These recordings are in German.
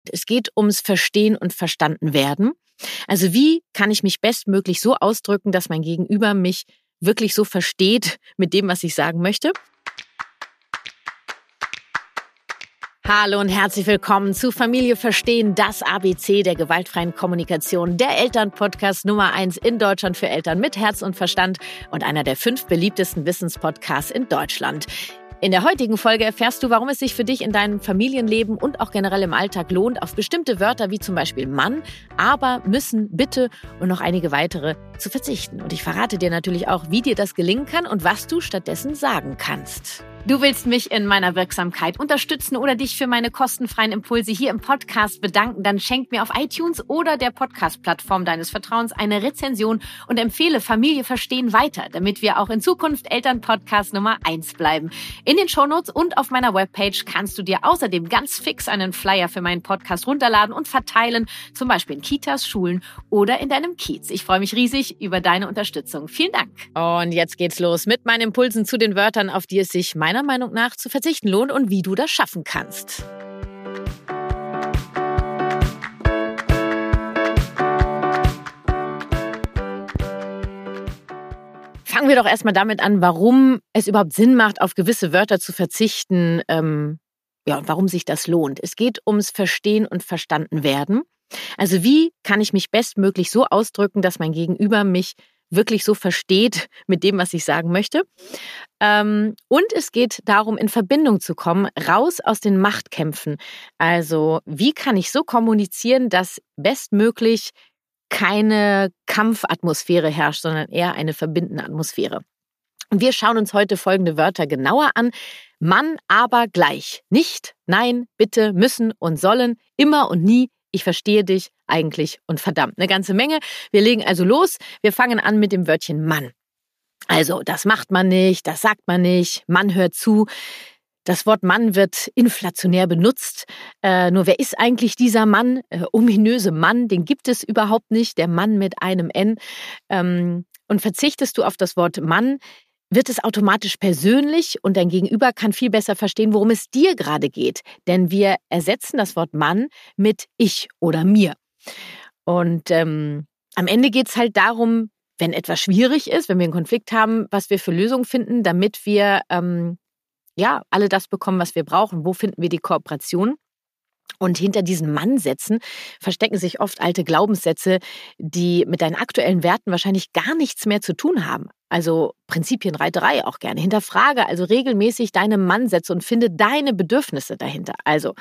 Es geht ums Verstehen und verstanden werden. Also wie kann ich mich bestmöglich so ausdrücken, dass mein Gegenüber mich wirklich so versteht mit dem, was ich sagen möchte? Hallo und herzlich willkommen zu Familie Verstehen, das ABC der gewaltfreien Kommunikation, der Elternpodcast Nummer 1 in Deutschland für Eltern mit Herz und Verstand und einer der 5 beliebtesten Wissenspodcasts in Deutschland. In der heutigen Folge erfährst du, warum es sich für dich in deinem Familienleben und auch generell im Alltag lohnt, auf bestimmte Wörter wie zum Beispiel Mann, aber, müssen, bitte und noch einige weitere zu verzichten. Und ich verrate dir natürlich auch, wie dir das gelingen kann und was du stattdessen sagen kannst. Du willst mich in meiner Wirksamkeit unterstützen oder dich für meine kostenfreien Impulse hier im Podcast bedanken, dann schenk mir auf iTunes oder der Podcast-Plattform deines Vertrauens eine Rezension und empfehle Familie Verstehen weiter, damit wir auch in Zukunft Elternpodcast Nummer 1 bleiben. In den Shownotes und auf meiner Webpage kannst du dir außerdem ganz fix einen Flyer für meinen Podcast runterladen und verteilen, zum Beispiel in Kitas, Schulen oder in deinem Kiez. Ich freue mich riesig über deine Unterstützung. Vielen Dank. Und jetzt geht's los mit meinen Impulsen zu den Wörtern, auf die es sich meiner Meinung nach zu verzichten lohnt und wie du das schaffen kannst. Fangen wir doch erstmal damit an, warum es überhaupt Sinn macht, auf gewisse Wörter zu verzichten, und warum sich das lohnt. Es geht ums Verstehen und verstanden werden. Also wie kann ich mich bestmöglich so ausdrücken, dass mein Gegenüber mich wirklich so versteht mit dem, was ich sagen möchte. Und es geht darum, in Verbindung zu kommen, raus aus den Machtkämpfen. Also wie kann ich so kommunizieren, dass bestmöglich keine Kampfatmosphäre herrscht, sondern eher eine verbindende Atmosphäre. Und wir schauen uns heute folgende Wörter genauer an. Mann, aber, gleich. Nicht, nein, bitte, müssen und sollen, immer und nie. Ich verstehe dich, eigentlich und verdammt. Eine ganze Menge. Wir legen also los. Wir fangen an mit dem Wörtchen Mann. Also, das macht man nicht, das sagt man nicht, Mann hört zu. Das Wort Mann wird inflationär benutzt. Nur wer ist eigentlich dieser Mann? Ominöse Mann, den gibt es überhaupt nicht. Der Mann mit einem N. Und verzichtest du auf das Wort Mann, wird es automatisch persönlich und dein Gegenüber kann viel besser verstehen, worum es dir gerade geht. Denn wir ersetzen das Wort Mann mit ich oder mir. Und am Ende geht es halt darum, wenn etwas schwierig ist, wenn wir einen Konflikt haben, was wir für Lösungen finden, damit wir alle das bekommen, was wir brauchen. Wo finden wir die Kooperation? Und hinter diesen Mann-Sätzen verstecken sich oft alte Glaubenssätze, die mit deinen aktuellen Werten wahrscheinlich gar nichts mehr zu tun haben. Also Prinzipienreiterei auch gerne. Hinterfrage also regelmäßig deine Mann-Sätze und finde deine Bedürfnisse dahinter. Also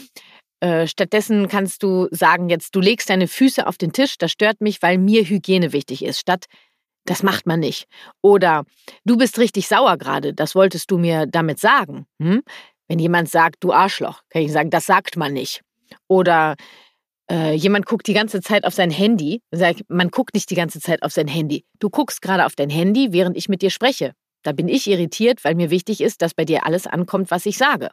stattdessen kannst du sagen jetzt, du legst deine Füße auf den Tisch, das stört mich, weil mir Hygiene wichtig ist, statt das macht man nicht. Oder du bist richtig sauer gerade, das wolltest du mir damit sagen. Wenn jemand sagt, du Arschloch, kann ich sagen, das sagt man nicht. Oder jemand guckt die ganze Zeit auf sein Handy, sag ich, man guckt nicht die ganze Zeit auf sein Handy. Du guckst gerade auf dein Handy, während ich mit dir spreche. Da bin ich irritiert, weil mir wichtig ist, dass bei dir alles ankommt, was ich sage.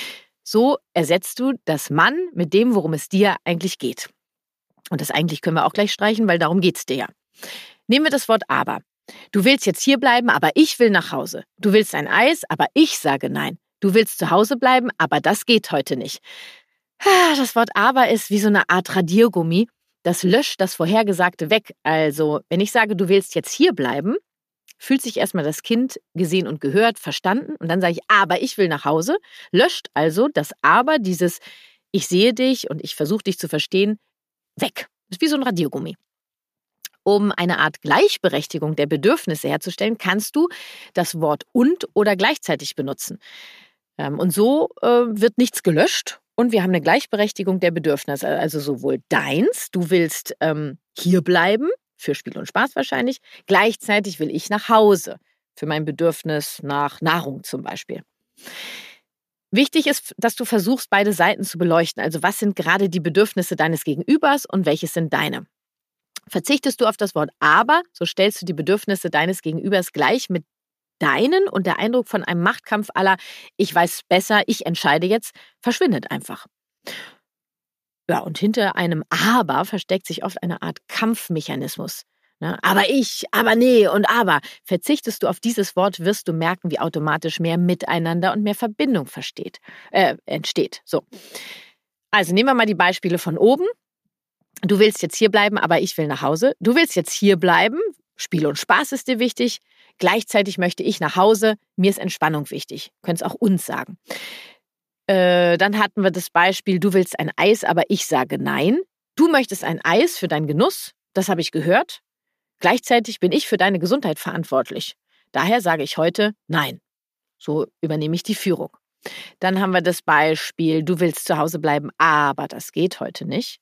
So ersetzt du das Mann mit dem, worum es dir eigentlich geht. Und das eigentlich können wir auch gleich streichen, weil darum geht's dir ja. Nehmen wir das Wort aber. Du willst jetzt hier bleiben, aber ich will nach Hause. Du willst ein Eis, aber ich sage nein. Du willst zu Hause bleiben, aber das geht heute nicht. Das Wort aber ist wie so eine Art Radiergummi. Das löscht das Vorhergesagte weg. Also, wenn ich sage, du willst jetzt hier bleiben, fühlt sich erstmal das Kind gesehen und gehört, verstanden. Und dann sage ich, aber ich will nach Hause. Löscht also das aber, dieses ich sehe dich und ich versuche dich zu verstehen, weg. Das ist wie so ein Radiergummi. Um eine Art Gleichberechtigung der Bedürfnisse herzustellen, kannst du das Wort und oder gleichzeitig benutzen. Und so wird nichts gelöscht und wir haben eine Gleichberechtigung der Bedürfnisse. Also sowohl deins, du willst hier bleiben, für Spiel und Spaß wahrscheinlich, gleichzeitig will ich nach Hause, für mein Bedürfnis nach Nahrung zum Beispiel. Wichtig ist, dass du versuchst, beide Seiten zu beleuchten. Also was sind gerade die Bedürfnisse deines Gegenübers und welches sind deine? Verzichtest du auf das Wort aber, so stellst du die Bedürfnisse deines Gegenübers gleich mit deinen und der Eindruck von einem Machtkampf à la ich weiß besser, ich entscheide jetzt, verschwindet einfach. Ja, und hinter einem aber versteckt sich oft eine Art Kampfmechanismus. Aber ich, aber nee und aber. Verzichtest du auf dieses Wort, wirst du merken, wie automatisch mehr Miteinander und mehr Verbindung entsteht. So. Also nehmen wir mal die Beispiele von oben. Du willst jetzt hier bleiben, aber ich will nach Hause. Du willst jetzt hier bleiben. Spiel und Spaß ist dir wichtig. Gleichzeitig möchte ich nach Hause. Mir ist Entspannung wichtig. Können es auch uns sagen. Dann hatten wir das Beispiel, du willst ein Eis, aber ich sage nein. Du möchtest ein Eis für deinen Genuss. Das habe ich gehört. Gleichzeitig bin ich für deine Gesundheit verantwortlich. Daher sage ich heute nein. So übernehme ich die Führung. Dann haben wir das Beispiel, du willst zu Hause bleiben, aber das geht heute nicht.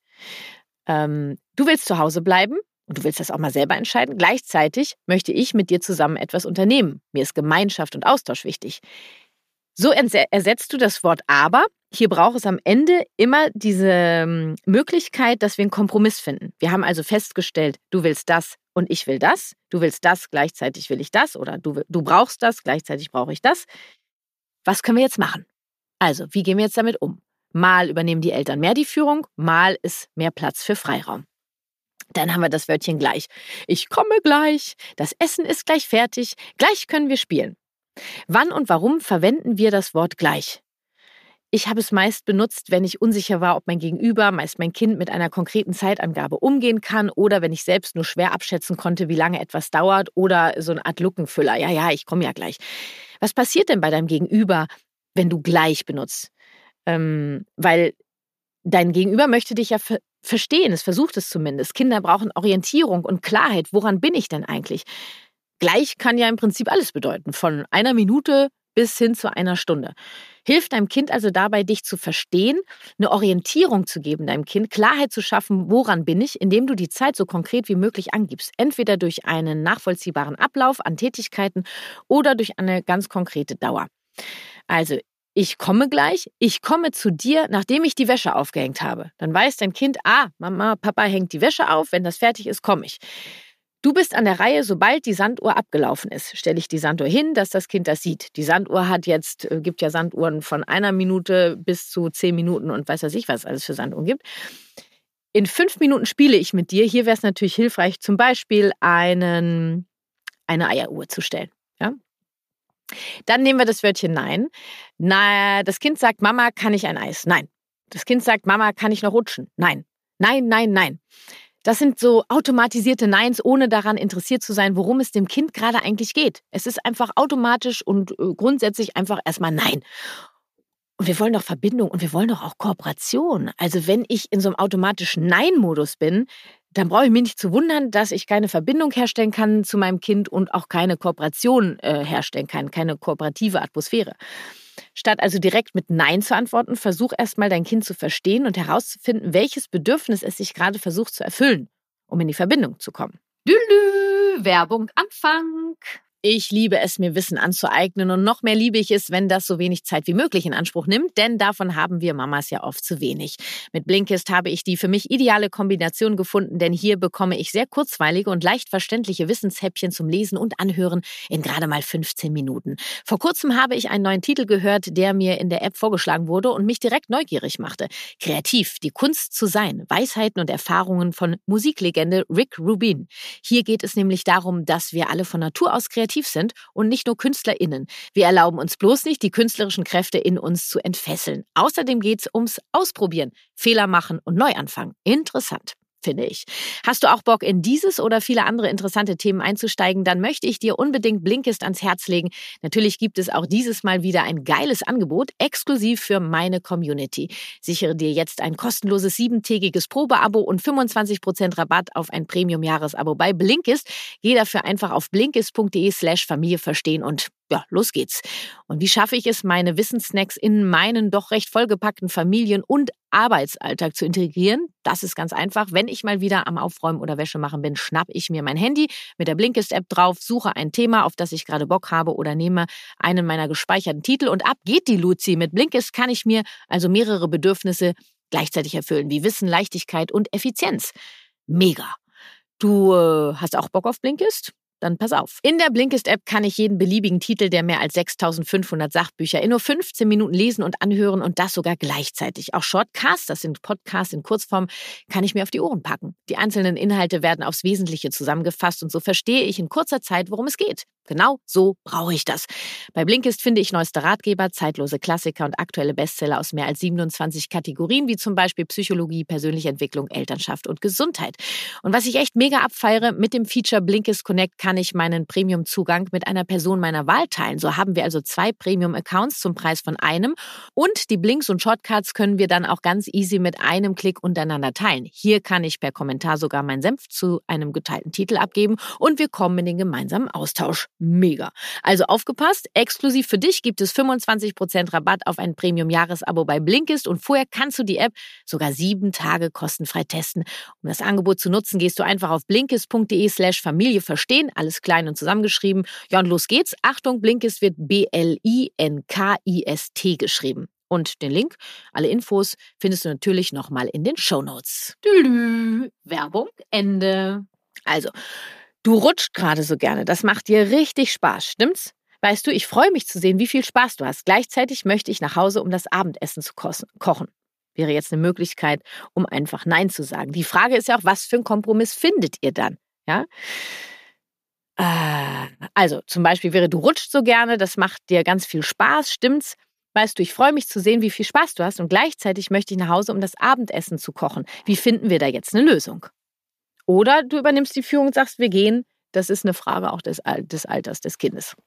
Du willst zu Hause bleiben und du willst das auch mal selber entscheiden. Gleichzeitig möchte ich mit dir zusammen etwas unternehmen. Mir ist Gemeinschaft und Austausch wichtig. So ersetzt du das Wort aber. Hier braucht es am Ende immer diese Möglichkeit, dass wir einen Kompromiss finden. Wir haben also festgestellt, du willst das und ich will das. Du willst das, gleichzeitig will ich das. Oder du brauchst das, gleichzeitig brauche ich das. Was können wir jetzt machen? Also, wie gehen wir jetzt damit um? Mal übernehmen die Eltern mehr die Führung, mal ist mehr Platz für Freiraum. Dann haben wir das Wörtchen gleich. Ich komme gleich. Das Essen ist gleich fertig. Gleich können wir spielen. Wann und warum verwenden wir das Wort gleich? Ich habe es meist benutzt, wenn ich unsicher war, ob mein Gegenüber, meist mein Kind, mit einer konkreten Zeitangabe umgehen kann oder wenn ich selbst nur schwer abschätzen konnte, wie lange etwas dauert oder so eine Art Lückenfüller. Ja, ich komme ja gleich. Was passiert denn bei deinem Gegenüber, wenn du gleich benutzt? Weil dein Gegenüber möchte dich ja verstehen, es versucht es zumindest. Kinder brauchen Orientierung und Klarheit. Woran bin ich denn eigentlich? Gleich kann ja im Prinzip alles bedeuten, von 1 Minute bis hin zu 1 Stunde. Hilf deinem Kind also dabei, dich zu verstehen, eine Orientierung zu geben deinem Kind, Klarheit zu schaffen, woran bin ich, indem du die Zeit so konkret wie möglich angibst. Entweder durch einen nachvollziehbaren Ablauf an Tätigkeiten oder durch eine ganz konkrete Dauer. Also, ich komme gleich, ich komme zu dir, nachdem ich die Wäsche aufgehängt habe. Dann weiß dein Kind, Mama, Papa hängt die Wäsche auf, wenn das fertig ist, komme ich. Du bist an der Reihe, sobald die Sanduhr abgelaufen ist. Stelle ich die Sanduhr hin, dass das Kind das sieht. Die Sanduhr gibt ja Sanduhren von 1 Minute bis zu 10 Minuten und weiß ich, was es alles für Sanduhren gibt. In 5 Minuten spiele ich mit dir. Hier wäre es natürlich hilfreich, zum Beispiel eine Eieruhr zu stellen. Ja? Dann nehmen wir das Wörtchen Nein. Das Kind sagt, Mama, kann ich ein Eis? Nein. Das Kind sagt, Mama, kann ich noch rutschen? Nein. Nein, nein, nein. Das sind so automatisierte Neins, ohne daran interessiert zu sein, worum es dem Kind gerade eigentlich geht. Es ist einfach automatisch und grundsätzlich einfach erstmal Nein. Und wir wollen doch Verbindung und wir wollen doch auch Kooperation. Also wenn ich in so einem automatischen Nein-Modus bin, dann brauche ich mich nicht zu wundern, dass ich keine Verbindung herstellen kann zu meinem Kind und auch keine Kooperation herstellen kann, keine kooperative Atmosphäre. Statt also direkt mit Nein zu antworten, versuch erstmal dein Kind zu verstehen und herauszufinden, welches Bedürfnis es sich gerade versucht zu erfüllen, um in die Verbindung zu kommen. Werbung Anfang. Ich liebe es, mir Wissen anzueignen und noch mehr liebe ich es, wenn das so wenig Zeit wie möglich in Anspruch nimmt, denn davon haben wir Mamas ja oft zu wenig. Mit Blinkist habe ich die für mich ideale Kombination gefunden, denn hier bekomme ich sehr kurzweilige und leicht verständliche Wissenshäppchen zum Lesen und Anhören in gerade mal 15 Minuten. Vor kurzem habe ich einen neuen Titel gehört, der mir in der App vorgeschlagen wurde und mich direkt neugierig machte. Kreativ, die Kunst zu sein, Weisheiten und Erfahrungen von Musiklegende Rick Rubin. Hier geht es nämlich darum, dass wir alle von Natur aus kreativ sind und nicht nur KünstlerInnen. Wir erlauben uns bloß nicht, die künstlerischen Kräfte in uns zu entfesseln. Außerdem geht es ums Ausprobieren, Fehler machen und Neuanfangen. Interessant, finde ich. Hast du auch Bock, in dieses oder viele andere interessante Themen einzusteigen, dann möchte ich dir unbedingt Blinkist ans Herz legen. Natürlich gibt es auch dieses Mal wieder ein geiles Angebot, exklusiv für meine Community. Sichere dir jetzt ein kostenloses 7-tägiges Probeabo und 25% Rabatt auf ein Premium-Jahresabo bei Blinkist. Geh dafür einfach auf blinkist.de/Familie verstehen und ja, los geht's. Und wie schaffe ich es, meine Wissenssnacks in meinen doch recht vollgepackten Familien- und Arbeitsalltag zu integrieren? Das ist ganz einfach. Wenn ich mal wieder am Aufräumen oder Wäsche machen bin, schnapp ich mir mein Handy mit der Blinkist-App drauf, suche ein Thema, auf das ich gerade Bock habe oder nehme einen meiner gespeicherten Titel und ab geht die Luzi. Mit Blinkist kann ich mir also mehrere Bedürfnisse gleichzeitig erfüllen, wie Wissen, Leichtigkeit und Effizienz. Mega. Du hast auch Bock auf Blinkist? Dann pass auf. In der Blinkist-App kann ich jeden beliebigen Titel der mehr als 6.500 Sachbücher in nur 15 Minuten lesen und anhören und das sogar gleichzeitig. Auch Shortcasts, das sind Podcasts in Kurzform, kann ich mir auf die Ohren packen. Die einzelnen Inhalte werden aufs Wesentliche zusammengefasst und so verstehe ich in kurzer Zeit, worum es geht. Genau so brauche ich das. Bei Blinkist finde ich neueste Ratgeber, zeitlose Klassiker und aktuelle Bestseller aus mehr als 27 Kategorien, wie zum Beispiel Psychologie, persönliche Entwicklung, Elternschaft und Gesundheit. Und was ich echt mega abfeiere, mit dem Feature Blinkist Connect kann ich meinen Premium-Zugang mit einer Person meiner Wahl teilen. So haben wir also 2 Premium-Accounts zum Preis von einem. Und die Blinks und Shortcuts können wir dann auch ganz easy mit einem Klick untereinander teilen. Hier kann ich per Kommentar sogar meinen Senf zu einem geteilten Titel abgeben und wir kommen in den gemeinsamen Austausch. Mega. Also aufgepasst, exklusiv für dich gibt es 25% Rabatt auf ein Premium-Jahresabo bei Blinkist und vorher kannst du die App sogar 7 Tage kostenfrei testen. Um das Angebot zu nutzen, gehst du einfach auf blinkist.de/Familie verstehen, alles klein und zusammengeschrieben. Ja, und los geht's. Achtung, Blinkist wird BLINKIST geschrieben. Und den Link, alle Infos, findest du natürlich nochmal in den Shownotes. Werbung, Ende. Also, du rutscht gerade so gerne. Das macht dir richtig Spaß, stimmt's? Weißt du, ich freue mich zu sehen, wie viel Spaß du hast. Gleichzeitig möchte ich nach Hause, um das Abendessen zu kochen. Wäre jetzt eine Möglichkeit, um einfach Nein zu sagen. Die Frage ist ja auch, was für einen Kompromiss findet ihr dann? Ja? Also, zum Beispiel wäre, du rutscht so gerne, das macht dir ganz viel Spaß, stimmt's? Weißt du, ich freue mich zu sehen, wie viel Spaß du hast und gleichzeitig möchte ich nach Hause, um das Abendessen zu kochen. Wie finden wir da jetzt eine Lösung? Oder du übernimmst die Führung und sagst, wir gehen. Das ist eine Frage auch des Alters des Kindes.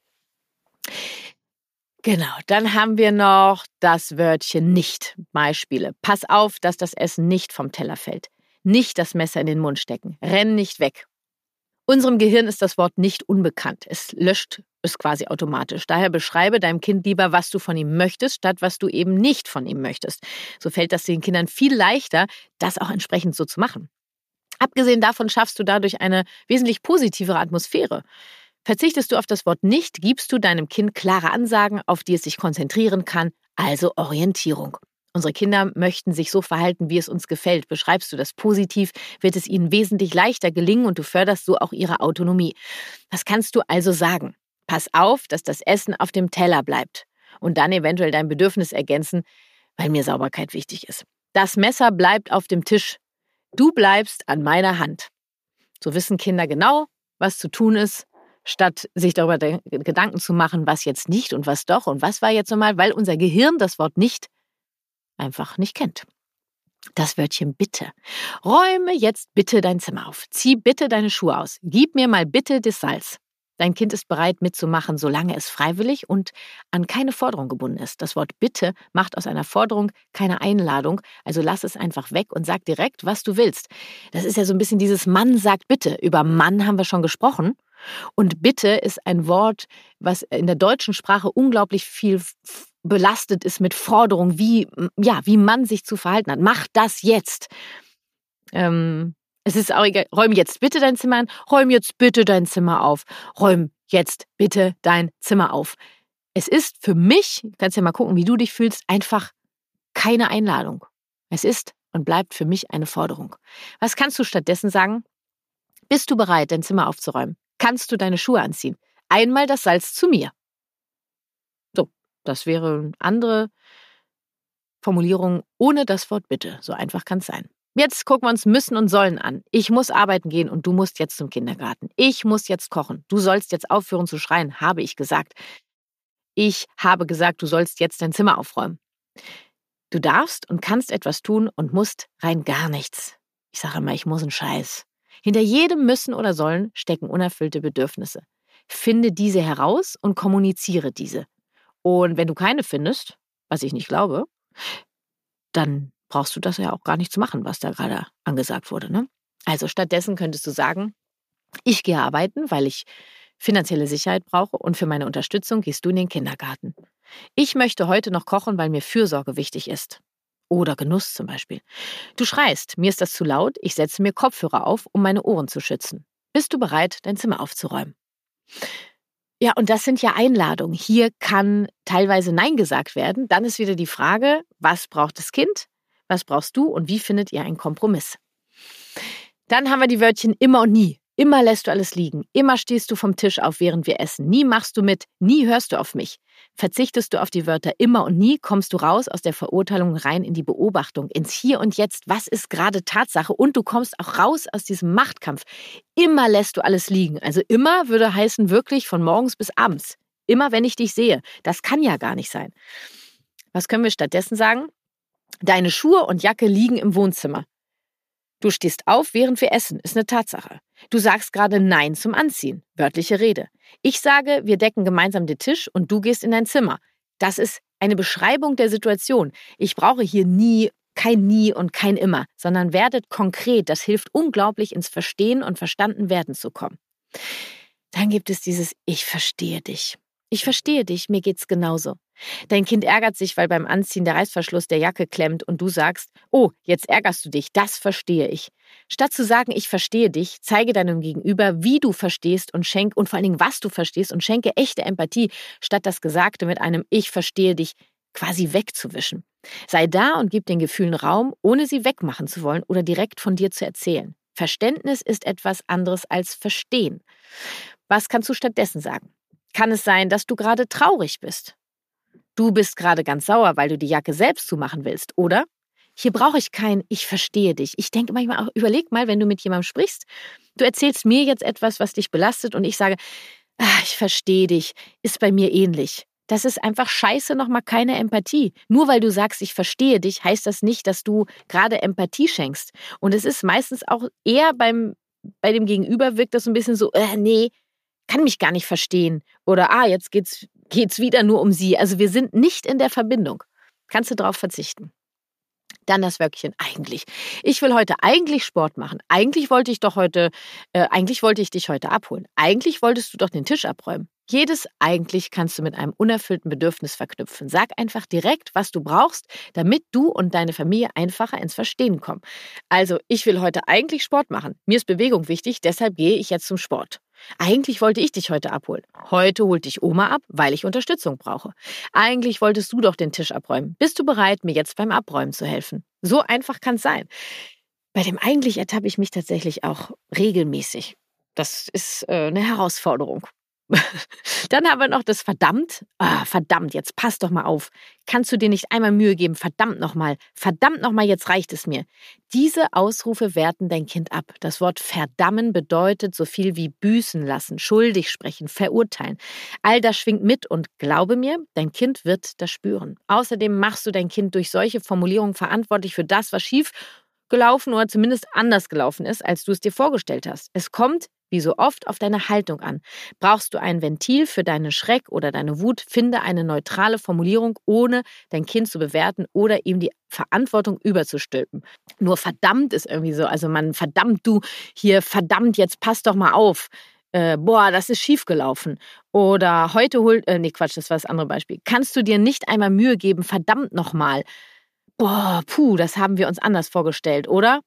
Genau, dann haben wir noch das Wörtchen nicht. Beispiele. Pass auf, dass das Essen nicht vom Teller fällt. Nicht das Messer in den Mund stecken. Renn nicht weg. Unserem Gehirn ist das Wort nicht unbekannt. Es löscht es quasi automatisch. Daher beschreibe deinem Kind lieber, was du von ihm möchtest, statt was du eben nicht von ihm möchtest. So fällt das den Kindern viel leichter, das auch entsprechend so zu machen. Abgesehen davon schaffst du dadurch eine wesentlich positivere Atmosphäre. Verzichtest du auf das Wort nicht, gibst du deinem Kind klare Ansagen, auf die es sich konzentrieren kann, also Orientierung. Unsere Kinder möchten sich so verhalten, wie es uns gefällt. Beschreibst du das positiv, wird es ihnen wesentlich leichter gelingen und du förderst so auch ihre Autonomie. Was kannst du also sagen? Pass auf, dass das Essen auf dem Teller bleibt. Und dann eventuell dein Bedürfnis ergänzen, weil mir Sauberkeit wichtig ist. Das Messer bleibt auf dem Tisch. Du bleibst an meiner Hand. So wissen Kinder genau, was zu tun ist, statt sich darüber Gedanken zu machen, was jetzt nicht und was doch und was war jetzt nochmal, weil unser Gehirn das Wort nicht einfach nicht kennt. Das Wörtchen bitte. Räume jetzt bitte dein Zimmer auf. Zieh bitte deine Schuhe aus. Gib mir mal bitte das Salz. Dein Kind ist bereit mitzumachen, solange es freiwillig und an keine Forderung gebunden ist. Das Wort bitte macht aus einer Forderung keine Einladung, also lass es einfach weg und sag direkt, was du willst. Das ist ja so ein bisschen dieses Mann sagt bitte. Über Mann haben wir schon gesprochen. Und bitte ist ein Wort, was in der deutschen Sprache unglaublich viel belastet ist mit Forderung, wie man sich zu verhalten hat. Mach das jetzt. Es ist auch egal, räum jetzt bitte dein Zimmer ein, räum jetzt bitte dein Zimmer auf, räum jetzt bitte dein Zimmer auf. Es ist für mich, kannst ja mal gucken, wie du dich fühlst, einfach keine Einladung. Es ist und bleibt für mich eine Forderung. Was kannst du stattdessen sagen? Bist du bereit, dein Zimmer aufzuräumen? Kannst du deine Schuhe anziehen? Einmal das Salz zu mir. So, das wäre eine andere Formulierung ohne das Wort bitte. So einfach kann es sein. Jetzt gucken wir uns müssen und sollen an. Ich muss arbeiten gehen und du musst jetzt zum Kindergarten. Ich muss jetzt kochen. Du sollst jetzt aufhören zu schreien, habe ich gesagt. Ich habe gesagt, du sollst jetzt dein Zimmer aufräumen. Du darfst und kannst etwas tun und musst rein gar nichts. Ich sage immer, ich muss einen Scheiß. Hinter jedem Müssen oder Sollen stecken unerfüllte Bedürfnisse. Finde diese heraus und kommuniziere diese. Und wenn du keine findest, was ich nicht glaube, dann brauchst du das ja auch gar nicht zu machen, was da gerade angesagt wurde, ne? Also stattdessen könntest du sagen, ich gehe arbeiten, weil ich finanzielle Sicherheit brauche und für meine Unterstützung gehst du in den Kindergarten. Ich möchte heute noch kochen, weil mir Fürsorge wichtig ist. Oder Genuss zum Beispiel. Du schreist, mir ist das zu laut, ich setze mir Kopfhörer auf, um meine Ohren zu schützen. Bist du bereit, dein Zimmer aufzuräumen? Ja, und das sind ja Einladungen. Hier kann teilweise Nein gesagt werden. Dann ist wieder die Frage, was braucht das Kind? Was brauchst du und wie findet ihr einen Kompromiss? Dann haben wir die Wörtchen immer und nie. Immer lässt du alles liegen. Immer stehst du vom Tisch auf, während wir essen. Nie machst du mit. Nie hörst du auf mich. Verzichtest du auf die Wörter immer und nie, kommst du raus aus der Verurteilung rein in die Beobachtung, ins Hier und Jetzt. Was ist gerade Tatsache? Und du kommst auch raus aus diesem Machtkampf. Immer lässt du alles liegen. Also immer würde heißen wirklich von morgens bis abends. Immer, wenn ich dich sehe. Das kann ja gar nicht sein. Was können wir stattdessen sagen? Deine Schuhe und Jacke liegen im Wohnzimmer. Du stehst auf, während wir essen, ist eine Tatsache. Du sagst gerade Nein zum Anziehen, wörtliche Rede. Ich sage, wir decken gemeinsam den Tisch und du gehst in dein Zimmer. Das ist eine Beschreibung der Situation. Ich brauche hier kein Nie und kein Immer, sondern werdet konkret. Das hilft unglaublich, ins Verstehen und Verstandenwerden zu kommen. Dann gibt es dieses Ich verstehe dich. Ich verstehe dich, mir geht's genauso. Dein Kind ärgert sich, weil beim Anziehen der Reißverschluss der Jacke klemmt und du sagst, oh, jetzt ärgerst du dich, das verstehe ich. Statt zu sagen, ich verstehe dich, zeige deinem Gegenüber, wie du verstehst und vor allen Dingen, was du verstehst und schenke echte Empathie, statt das Gesagte mit einem Ich verstehe dich quasi wegzuwischen. Sei da und gib den Gefühlen Raum, ohne sie wegmachen zu wollen oder direkt von dir zu erzählen. Verständnis ist etwas anderes als Verstehen. Was kannst du stattdessen sagen? Kann es sein, dass du gerade traurig bist? Du bist gerade ganz sauer, weil du die Jacke selbst zumachen willst, oder? Hier brauche ich kein Ich verstehe dich. Ich denke manchmal auch, überleg mal, wenn du mit jemandem sprichst, du erzählst mir jetzt etwas, was dich belastet und ich sage, ich verstehe dich, ist bei mir ähnlich. Das ist einfach scheiße, nochmal keine Empathie. Nur weil du sagst, ich verstehe dich, heißt das nicht, dass du gerade Empathie schenkst. Und es ist meistens auch eher bei dem Gegenüber wirkt das so ein bisschen so, nee, kann mich gar nicht verstehen. Oder, jetzt geht's wieder nur um sie. Also wir sind nicht in der Verbindung. Kannst du darauf verzichten. Dann das Wörtchen eigentlich. Ich will heute eigentlich Sport machen. Eigentlich wollte ich dich heute abholen. Eigentlich wolltest du doch den Tisch abräumen. Jedes eigentlich kannst du mit einem unerfüllten Bedürfnis verknüpfen. Sag einfach direkt, was du brauchst, damit du und deine Familie einfacher ins Verstehen kommen. Also, ich will heute eigentlich Sport machen. Mir ist Bewegung wichtig, deshalb gehe ich jetzt zum Sport. Eigentlich wollte ich dich heute abholen. Heute holt dich Oma ab, weil ich Unterstützung brauche. Eigentlich wolltest du doch den Tisch abräumen. Bist du bereit, mir jetzt beim Abräumen zu helfen? So einfach kann es sein. Bei dem eigentlich ertappe ich mich tatsächlich auch regelmäßig. Das ist eine Herausforderung. Dann haben wir noch das verdammt. Verdammt, jetzt pass doch mal auf. Kannst du dir nicht einmal Mühe geben? Verdammt nochmal, jetzt reicht es mir. Diese Ausrufe werten dein Kind ab. Das Wort verdammen bedeutet so viel wie büßen lassen, schuldig sprechen, verurteilen. All das schwingt mit und glaube mir, dein Kind wird das spüren. Außerdem machst du dein Kind durch solche Formulierungen verantwortlich für das, was schief gelaufen oder zumindest anders gelaufen ist, als du es dir vorgestellt hast. Es kommt, wie so oft, auf deine Haltung an. Brauchst du ein Ventil für deinen Schreck oder deine Wut, finde eine neutrale Formulierung, ohne dein Kind zu bewerten oder ihm die Verantwortung überzustülpen. Nur verdammt ist irgendwie so, also man verdammt du hier, verdammt, jetzt pass doch mal auf. Das ist schiefgelaufen. Oder heute das war das andere Beispiel. Kannst du dir nicht einmal Mühe geben, verdammt nochmal. Das haben wir uns anders vorgestellt, oder?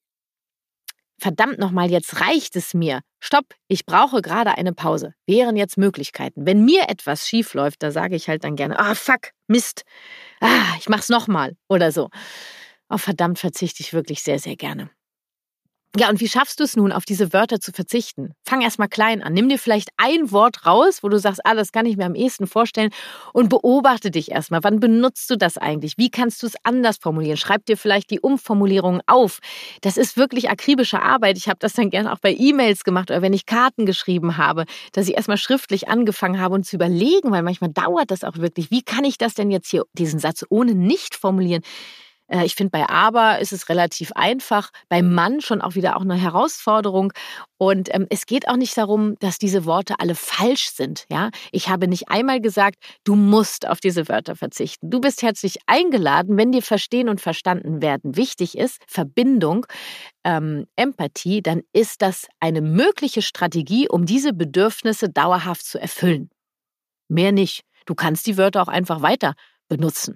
Verdammt nochmal, jetzt reicht es mir. Stopp, ich brauche gerade eine Pause. Wären jetzt Möglichkeiten. Wenn mir etwas schief läuft, da sage ich halt dann gerne, fuck, Mist, ich mach's nochmal oder so. Auf verdammt verzichte ich wirklich sehr, sehr gerne. Ja, und wie schaffst du es nun, auf diese Wörter zu verzichten? Fang erst mal klein an. Nimm dir vielleicht ein Wort raus, wo du sagst, das kann ich mir am ehesten vorstellen und beobachte dich erstmal. Wann benutzt du das eigentlich? Wie kannst du es anders formulieren? Schreib dir vielleicht die Umformulierungen auf. Das ist wirklich akribische Arbeit. Ich habe das dann gerne auch bei E-Mails gemacht oder wenn ich Karten geschrieben habe, dass ich erstmal schriftlich angefangen habe und zu überlegen, weil manchmal dauert das auch wirklich. Wie kann ich das denn jetzt hier, diesen Satz ohne nicht formulieren? Ich finde, bei aber ist es relativ einfach, beim Mann schon auch wieder eine Herausforderung. Und es geht auch nicht darum, dass diese Worte alle falsch sind. Ja? Ich habe nicht einmal gesagt, du musst auf diese Wörter verzichten. Du bist herzlich eingeladen, wenn dir Verstehen und Verstanden werden wichtig ist, Verbindung, Empathie, dann ist das eine mögliche Strategie, um diese Bedürfnisse dauerhaft zu erfüllen. Mehr nicht. Du kannst die Wörter auch einfach weiter benutzen.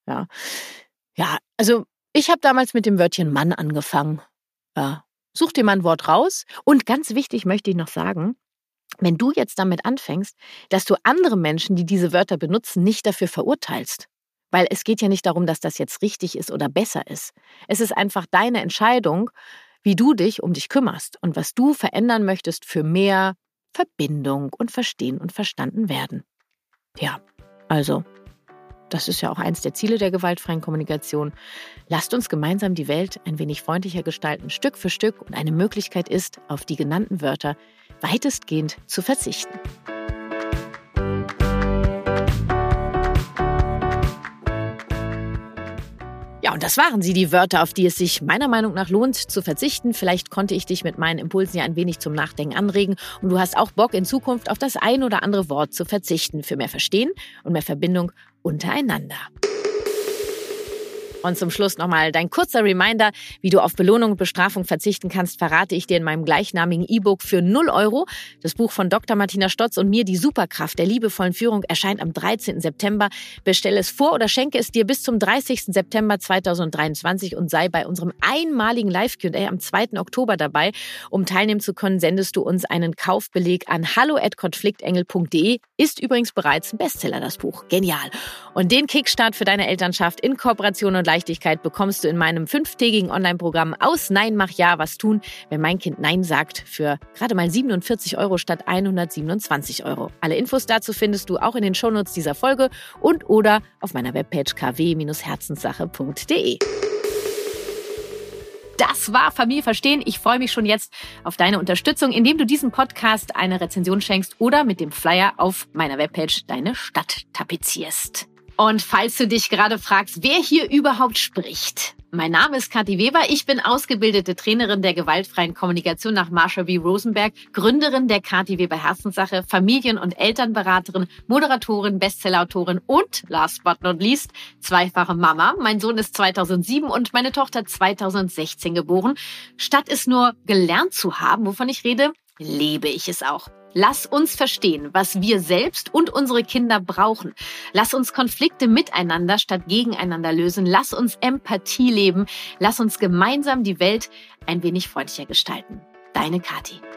Ja, also ich habe damals mit dem Wörtchen Mann angefangen. Ja. Such dir mal ein Wort raus. Und ganz wichtig möchte ich noch sagen, wenn du jetzt damit anfängst, dass du andere Menschen, die diese Wörter benutzen, nicht dafür verurteilst. Weil es geht ja nicht darum, dass das jetzt richtig ist oder besser ist. Es ist einfach deine Entscheidung, wie du dich um dich kümmerst und was du verändern möchtest für mehr Verbindung und Verstehen und Verstanden werden. Ja, also, das ist ja auch eins der Ziele der gewaltfreien Kommunikation. Lasst uns gemeinsam die Welt ein wenig freundlicher gestalten, Stück für Stück, und eine Möglichkeit ist, auf die genannten Wörter weitestgehend zu verzichten. Ja, und das waren sie, die Wörter, auf die es sich meiner Meinung nach lohnt zu verzichten. Vielleicht konnte ich dich mit meinen Impulsen ja ein wenig zum Nachdenken anregen und du hast auch Bock, in Zukunft auf das ein oder andere Wort zu verzichten, für mehr Verstehen und mehr Verbindung untereinander. Und zum Schluss nochmal dein kurzer Reminder, wie du auf Belohnung und Bestrafung verzichten kannst, verrate ich dir in meinem gleichnamigen E-Book für 0 €. Das Buch von Dr. Martina Stotz und mir, Die Superkraft der liebevollen Führung, erscheint am 13. September. Bestelle es vor oder schenke es dir bis zum 30. September 2023 und sei bei unserem einmaligen Live-Q&A am 2. Oktober dabei. Um teilnehmen zu können, sendest du uns einen Kaufbeleg an hallo@konfliktengel.de. Ist übrigens bereits ein Bestseller, das Buch. Genial. Und den Kickstart für deine Elternschaft in Kooperation und Leichtigkeit bekommst du in meinem 5-tägigen Online-Programm Aus Nein mach Ja, was tun, wenn mein Kind Nein sagt, für gerade mal 47 € statt 127 €. Alle Infos dazu findest du auch in den Shownotes dieser Folge und oder auf meiner Webpage kw-herzenssache.de. Das war Familie Verstehen. Ich freue mich schon jetzt auf deine Unterstützung, indem du diesem Podcast eine Rezension schenkst oder mit dem Flyer auf meiner Webpage deine Stadt tapezierst. Und falls du dich gerade fragst, wer hier überhaupt spricht. Mein Name ist Kathi Weber. Ich bin ausgebildete Trainerin der gewaltfreien Kommunikation nach Marsha B. Rosenberg, Gründerin der Kathi Weber Herzenssache, Familien- und Elternberaterin, Moderatorin, Bestsellerautorin und, last but not least, zweifache Mama. Mein Sohn ist 2007 und meine Tochter 2016 geboren. Statt es nur gelernt zu haben, wovon ich rede, lebe ich es auch. Lass uns verstehen, was wir selbst und unsere Kinder brauchen. Lass uns Konflikte miteinander statt gegeneinander lösen. Lass uns Empathie leben. Lass uns gemeinsam die Welt ein wenig freundlicher gestalten. Deine Kathi.